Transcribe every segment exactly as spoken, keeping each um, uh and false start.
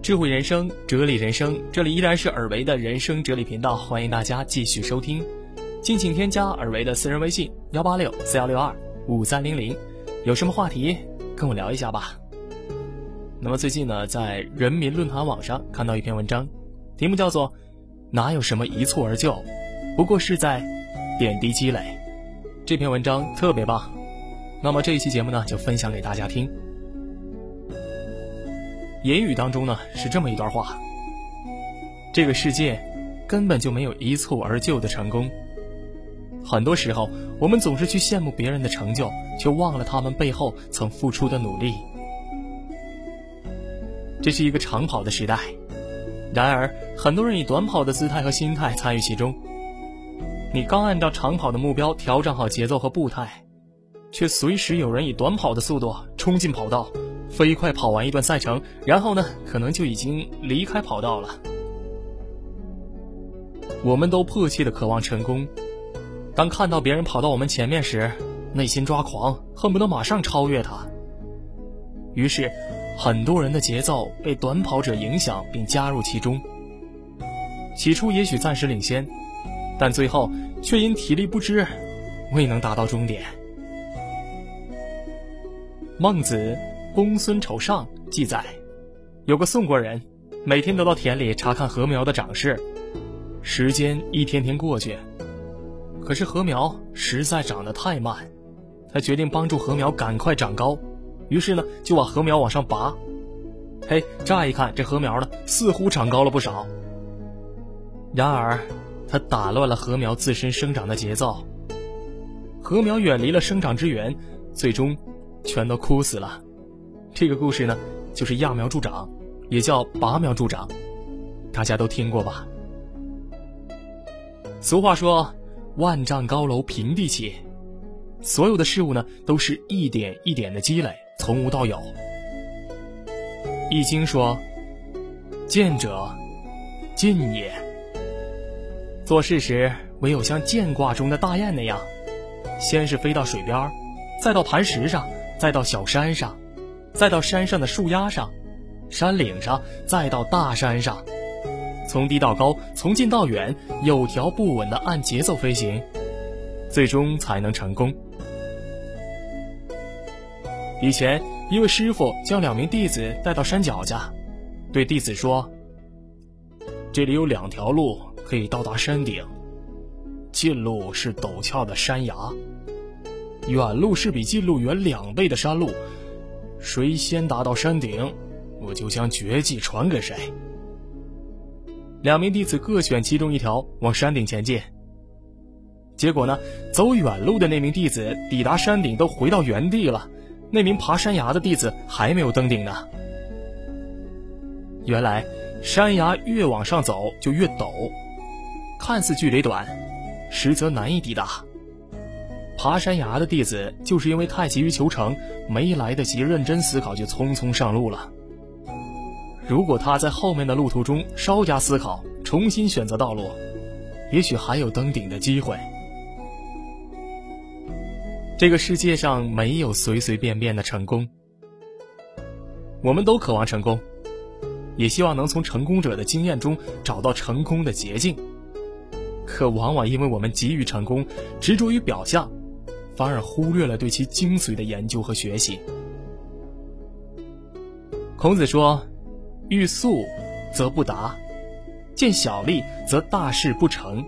智慧人生，哲理人生，这里依然是尔维的人生哲理频道，欢迎大家继续收听。敬请添加尔维的私人微信幺八六四幺六二五三零零，有什么话题跟我聊一下吧。那么最近呢，在人民论坛网上看到一篇文章，题目叫做哪有什么一蹴而就，不过是在点滴积累。这篇文章特别棒，那么这一期节目呢，就分享给大家听。言语当中呢，是这么一段话：这个世界根本就没有一蹴而就的成功。很多时候我们总是去羡慕别人的成就，却忘了他们背后曾付出的努力。这是一个长跑的时代，然而很多人以短跑的姿态和心态参与其中。你刚按照长跑的目标调整好节奏和步态，却随时有人以短跑的速度冲进跑道，飞快跑完一段赛程，然后呢，可能就已经离开跑道了。我们都迫切地渴望成功，当看到别人跑到我们前面时，内心抓狂，恨不得马上超越他。于是很多人的节奏被短跑者影响并加入其中，起初也许暂时领先，但最后却因体力不支未能达到终点。孟子公孙丑上记载，有个宋国人每天都到田里查看禾苗的长势。时间一天天过去，可是禾苗实在长得太慢，他决定帮助禾苗赶快长高，于是呢就把禾苗往上拔。嘿，乍一看这禾苗呢似乎长高了不少，然而他打乱了禾苗自身生长的节奏，禾苗远离了生长之源，最终全都枯死了。这个故事呢，就是揠苗助长，也叫拔苗助长，大家都听过吧？俗话说，万丈高楼平地起，所有的事物呢，都是一点一点的积累，从无到有。易经说，见者进也。做事时，唯有像剑卦中的大雁那样，先是飞到水边，再到磐石上，再到小山上，再到山上的树丫上，山岭上，再到大山上，从低到高，从近到远，有条不紊地按节奏飞行，最终才能成功。以前一位师傅将两名弟子带到山脚下，对弟子说，这里有两条路可以到达山顶，近路是陡峭的山崖，远路是比近路远两倍的山路，谁先达到山顶，我就将绝技传给谁。两名弟子各选其中一条往山顶前进，结果呢，走远路的那名弟子抵达山顶都回到原地了，那名爬山崖的弟子还没有登顶呢。原来山崖越往上走就越陡，看似距离短，实则难以抵达。爬山崖的弟子就是因为太急于求成，没来得及认真思考就匆匆上路了。如果他在后面的路途中稍加思考，重新选择道路，也许还有登顶的机会。这个世界上没有随随便便的成功，我们都渴望成功，也希望能从成功者的经验中找到成功的捷径，可往往因为我们急于成功，执着于表象，反而忽略了对其精髓的研究和学习。孔子说，欲速则不达，见小利则大事不成。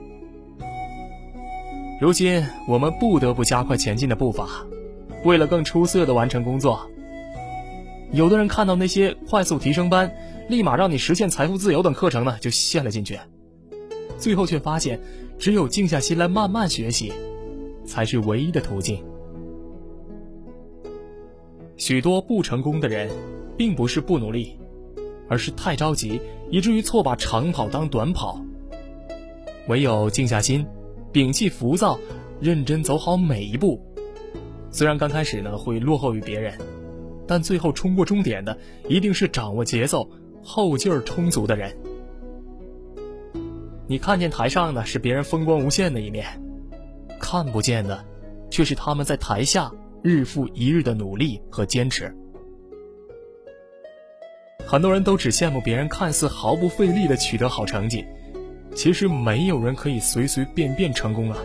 如今我们不得不加快前进的步伐，为了更出色地完成工作。有的人看到那些快速提升班，立马让你实现财富自由等课程呢，就陷了进去，最后却发现只有静下心来慢慢学习，才是唯一的途径。许多不成功的人并不是不努力，而是太着急，以至于错把长跑当短跑。唯有静下心，摒弃浮躁，认真走好每一步，虽然刚开始呢会落后于别人，但最后冲过终点的一定是掌握节奏、后劲儿充足的人。你看见台上的是别人风光无限的一面，看不见的却是他们在台下日复一日的努力和坚持。 很多人都只羡慕别人看似毫不费力的取得好成绩，其实没有人可以随随便便成功啊。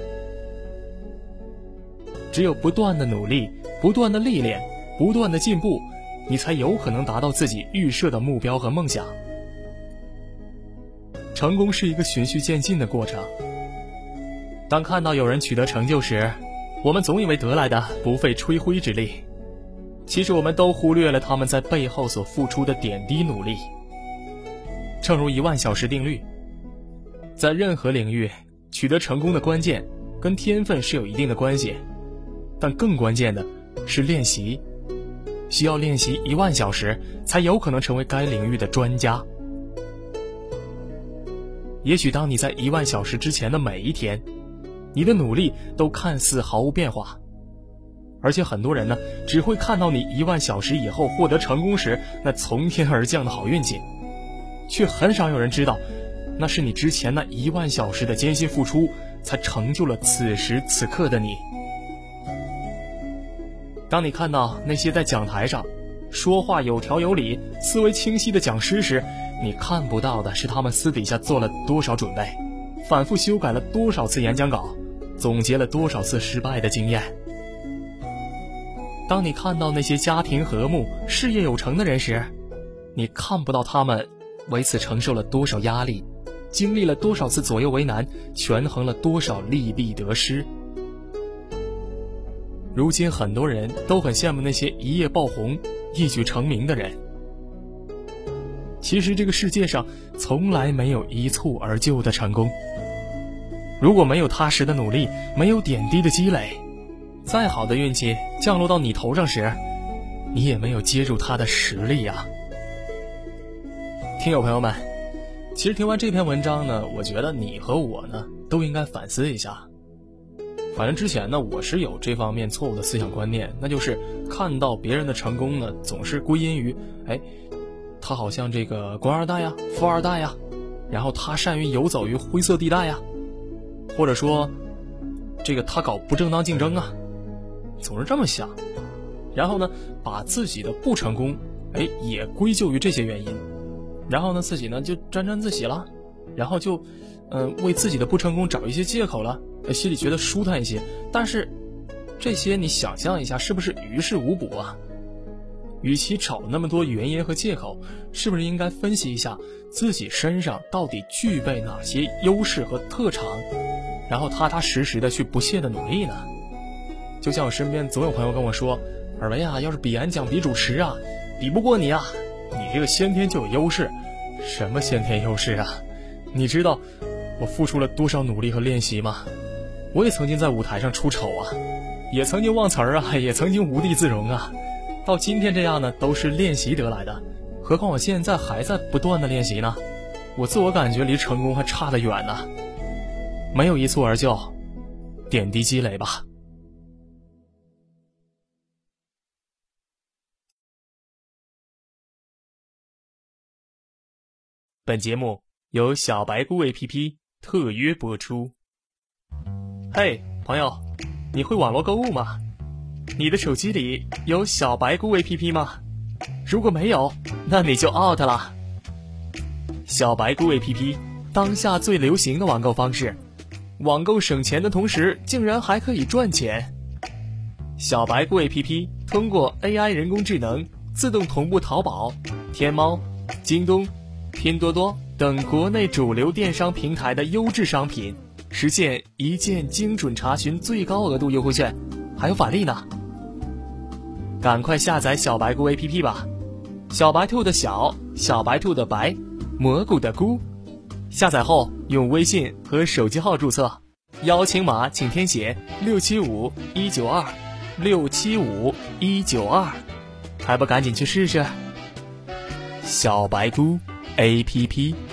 只有不断的努力，不断的历练，不断的进步，你才有可能达到自己预设的目标和梦想。成功是一个循序渐进的过程。当看到有人取得成就时，我们总以为得来的不费吹灰之力，其实我们都忽略了他们在背后所付出的点滴努力。正如一万小时定律，在任何领域取得成功的关键跟天分是有一定的关系，但更关键的是练习，需要练习一万小时才有可能成为该领域的专家。也许当你在一万小时之前的每一天，你的努力都看似毫无变化，而且很多人呢，只会看到你一万小时以后获得成功时那从天而降的好运气，却很少有人知道，那是你之前那一万小时的艰辛付出，才成就了此时此刻的你。当你看到那些在讲台上说话有条有理、思维清晰的讲师时，你看不到的是他们私底下做了多少准备，反复修改了多少次演讲稿，总结了多少次失败的经验。当你看到那些家庭和睦、事业有成的人时，你看不到他们为此承受了多少压力，经历了多少次左右为难，权衡了多少利弊得失。如今很多人都很羡慕那些一夜爆红、一举成名的人。其实这个世界上从来没有一蹴而就的成功。如果没有踏实的努力，没有点滴的积累，再好的运气降落到你头上时，你也没有接住它的实力啊。听友朋友们，其实听完这篇文章呢，我觉得你和我呢都应该反思一下。反正之前呢，我是有这方面错误的思想观念，那就是看到别人的成功呢，总是归因于，哎，他好像这个官二代呀、富二代呀，然后他善于游走于灰色地带呀，或者说，这个他搞不正当竞争啊，总是这么想，然后呢，把自己的不成功，哎，也归咎于这些原因，然后呢，自己呢就沾沾自喜了，然后就，嗯、呃，为自己的不成功找一些借口了。心里觉得舒坦一些，但是这些你想象一下，是不是于事无补啊？与其找那么多原因和借口，是不是应该分析一下自己身上到底具备哪些优势和特长，然后踏踏实实的去不懈的努力呢？就像我身边总有朋友跟我说，尔维啊，要是比演讲比主持啊，比不过你啊，你这个先天就有优势。什么先天优势啊？你知道我付出了多少努力和练习吗？我也曾经在舞台上出丑啊，也曾经忘词儿啊，也曾经无地自容啊，到今天这样呢，都是练习得来的。何况我现在还在不断的练习呢，我自我感觉离成功还差得远呢。没有一蹴而就，点滴积累吧。本节目由小白菇 A P P 特约播出。嘿，朋友，你会网络购物吗？你的手机里有小白菇 A P P 吗？如果没有，那你就 out 了。小白菇 A P P 当下最流行的网购方式，网购省钱的同时竟然还可以赚钱。小白菇 A P P 通过 A I 人工智能自动同步淘宝、天猫、京东、拼多多等国内主流电商平台的优质商品，实现一键精准查询最高额度优惠券，还有返利呢。赶快下载小白菇 A P P 吧，小白兔的小，小白兔的白，蘑菇的菇。下载后用微信和手机号注册，邀请码请填写六七五一九二六七五一九二，还不赶紧去试试？小白菇 A P P。